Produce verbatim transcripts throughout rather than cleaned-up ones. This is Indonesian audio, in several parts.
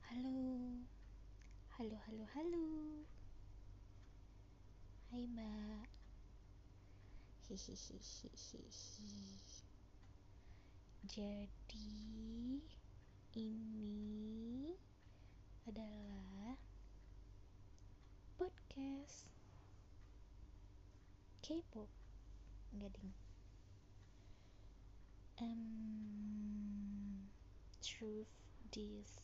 Halo, halo, halo, halo. Hai Mbak. Hihihihihi. Jadi ini adalah podcast K-pop. Enggak ding. Um, through this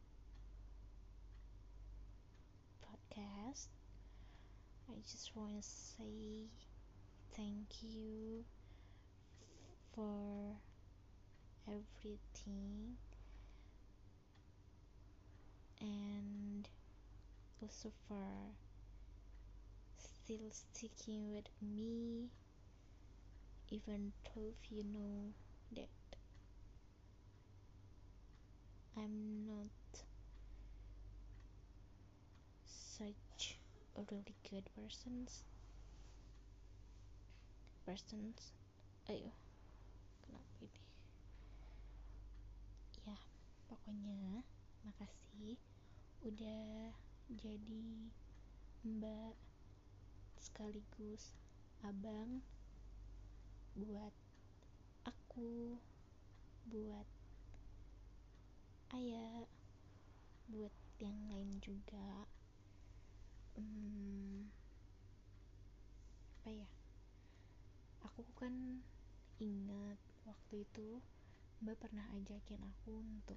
podcast, I just want to say thank you for everything and also for still sticking with me even though you know that I'm not such a really good persons persons ayo kenapa ini ya pokoknya makasih udah jadi mbak sekaligus abang buat aku, buat ayah, buat yang lain juga. hmm, apa ya aku kan ingat waktu itu mbak pernah ajakin aku untuk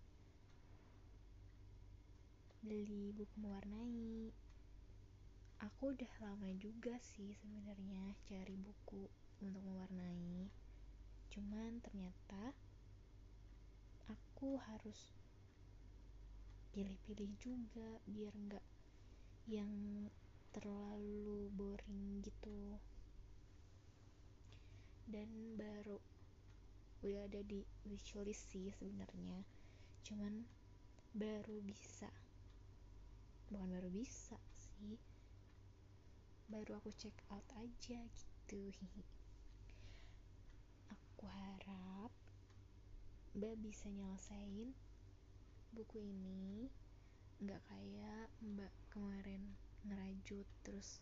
beli buku mewarnai. Aku udah lama juga sih sebenarnya cari buku untuk mewarnai, cuman ternyata aku harus pilih-pilih juga biar nggak yang terlalu boring gitu. Dan baru udah ada di wishlist sih sebenarnya, cuman baru bisa bukan baru bisa sih baru aku check out aja gitu. Aku harap mbak bisa nyelesain buku ini, nggak kayak mbak kemarin ngerajut terus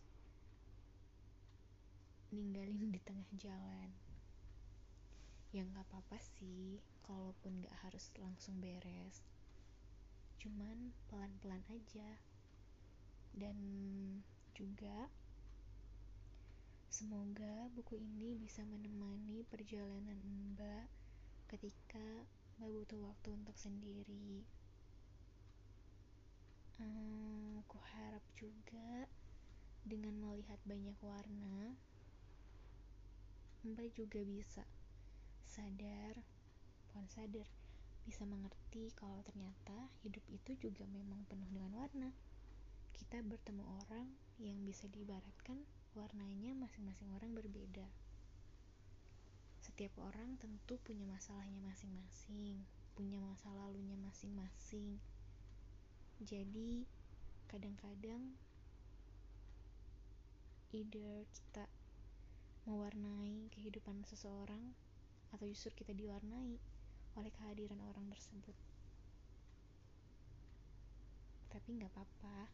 ninggalin di tengah jalan. Ya nggak apa-apa sih kalaupun nggak harus langsung beres, cuman pelan-pelan aja. Dan juga semoga buku ini bisa menemani perjalanan mbak ketika mbak butuh waktu untuk sendiri. Hmm, aku harap juga dengan melihat banyak warna, mbak juga bisa sadar, bukan sadar, bisa mengerti kalau ternyata hidup itu juga memang penuh dengan warna. Kita bertemu orang yang bisa diibaratkan warnanya masing-masing orang berbeda. Setiap orang tentu punya masalahnya masing-masing, punya masa lalunya masing-masing. Jadi kadang-kadang either kita mewarnai kehidupan seseorang atau justru kita diwarnai oleh kehadiran orang tersebut. Tapi gak apa-apa,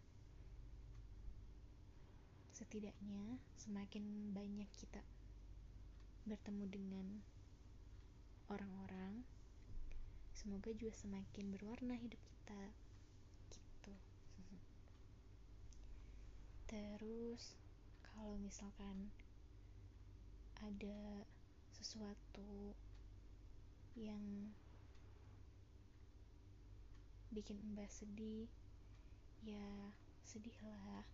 setidaknya semakin banyak kita bertemu dengan orang-orang, semoga juga semakin berwarna hidup kita gitu. Terus kalau misalkan ada sesuatu yang bikin mbak sedih, ya sedihlah,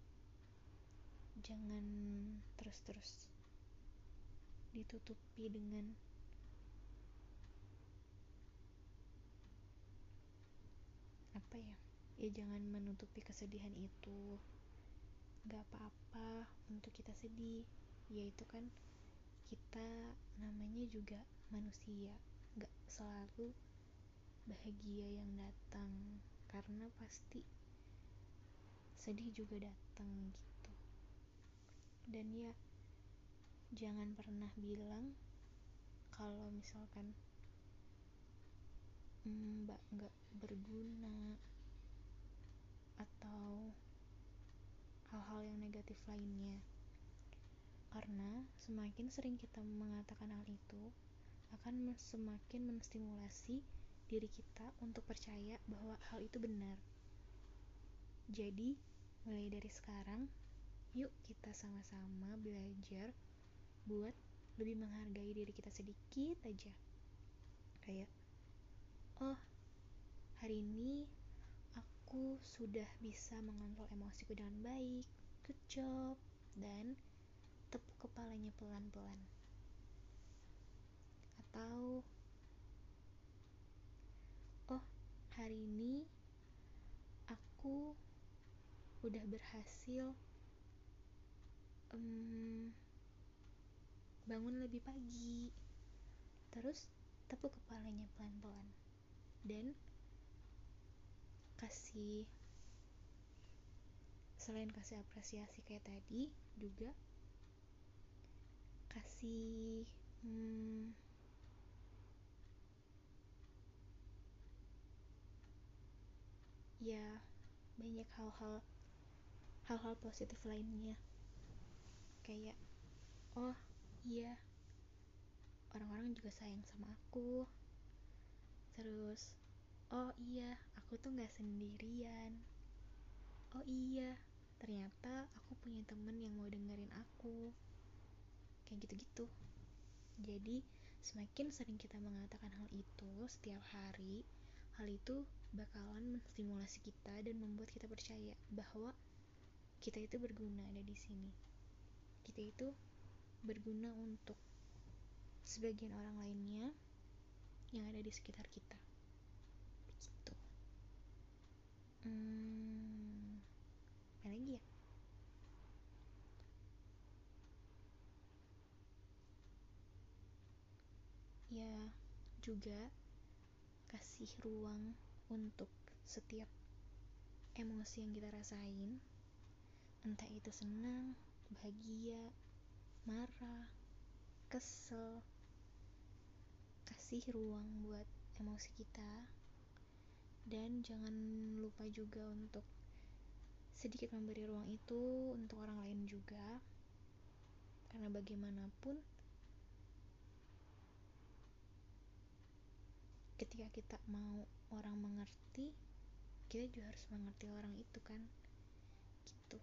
jangan terus-terus ditutupi dengan apa ya ya jangan menutupi kesedihan itu. Gak apa-apa untuk kita sedih, yaitu kan kita namanya juga manusia, gak selalu bahagia yang datang, karena pasti sedih juga datang gitu. Dan ya jangan pernah bilang kalau misalkan mm, mbak nggak berguna atau hal-hal yang negatif lainnya. Karena semakin sering kita mengatakan hal itu, akan semakin menstimulasi diri kita untuk percaya bahwa hal itu benar. Jadi, mulai dari sekarang, yuk kita sama-sama belajar buat lebih menghargai diri kita sedikit aja. Kayak, oh, hari ini aku sudah bisa mengontrol emosiku dengan baik, good job, dan tepuk kepalanya pelan-pelan. Atau, oh, hari ini aku udah berhasil um, bangun lebih pagi. Terus tepuk kepalanya pelan-pelan dan kasih, selain kasih apresiasi kayak tadi, juga kasih hmm, ya banyak hal-hal hal-hal positif lainnya. Kayak, oh iya, orang-orang juga sayang sama aku. Terus, oh iya, aku tuh gak sendirian. Oh iya, ternyata aku punya temen yang mau dengerin aku. Kayak gitu-gitu. Jadi, semakin sering kita mengatakan hal itu setiap hari, hal itu bakalan menstimulasi kita dan membuat kita percaya bahwa kita itu berguna ada di sini. Kita itu berguna untuk sebagian orang lainnya yang ada di sekitar kita. Begitu. Hmm, apa lagi ya? Ya, juga kasih ruang untuk setiap emosi yang kita rasain, entah itu senang, bahagia, marah, kesel. Kasih ruang buat emosi kita, dan jangan lupa juga untuk sedikit memberi ruang itu untuk orang lain juga, karena bagaimanapun ketika kita mau orang mengerti, kita juga harus mengerti orang itu kan, gitu.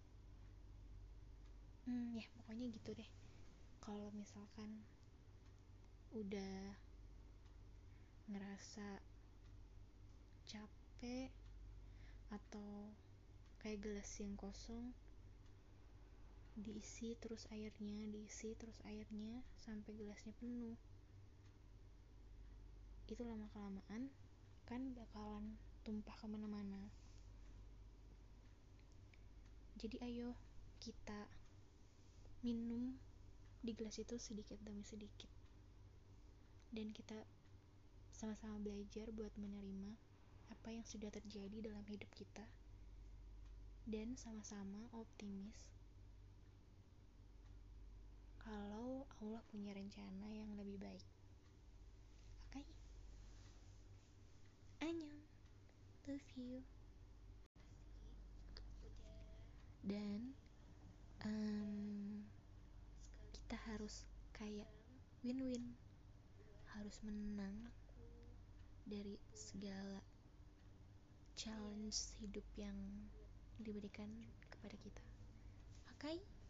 Hmm, ya pokoknya gitu deh. Kalau misalkan udah ngerasa capek atau kayak gelas yang kosong, diisi terus airnya, diisi terus airnya sampai gelasnya penuh. Itu lama-kelamaan kan bakalan tumpah kemana-mana. Jadi ayo kita minum di gelas itu sedikit demi sedikit, dan kita sama-sama belajar buat menerima apa yang sudah terjadi dalam hidup kita, dan sama-sama optimis kalau Allah punya rencana yang lebih baik. Oke? Annyeong, love you. Dan um, kita harus kayak win-win, harus menang dari segala challenge hidup yang diberikan kepada kita. Oke?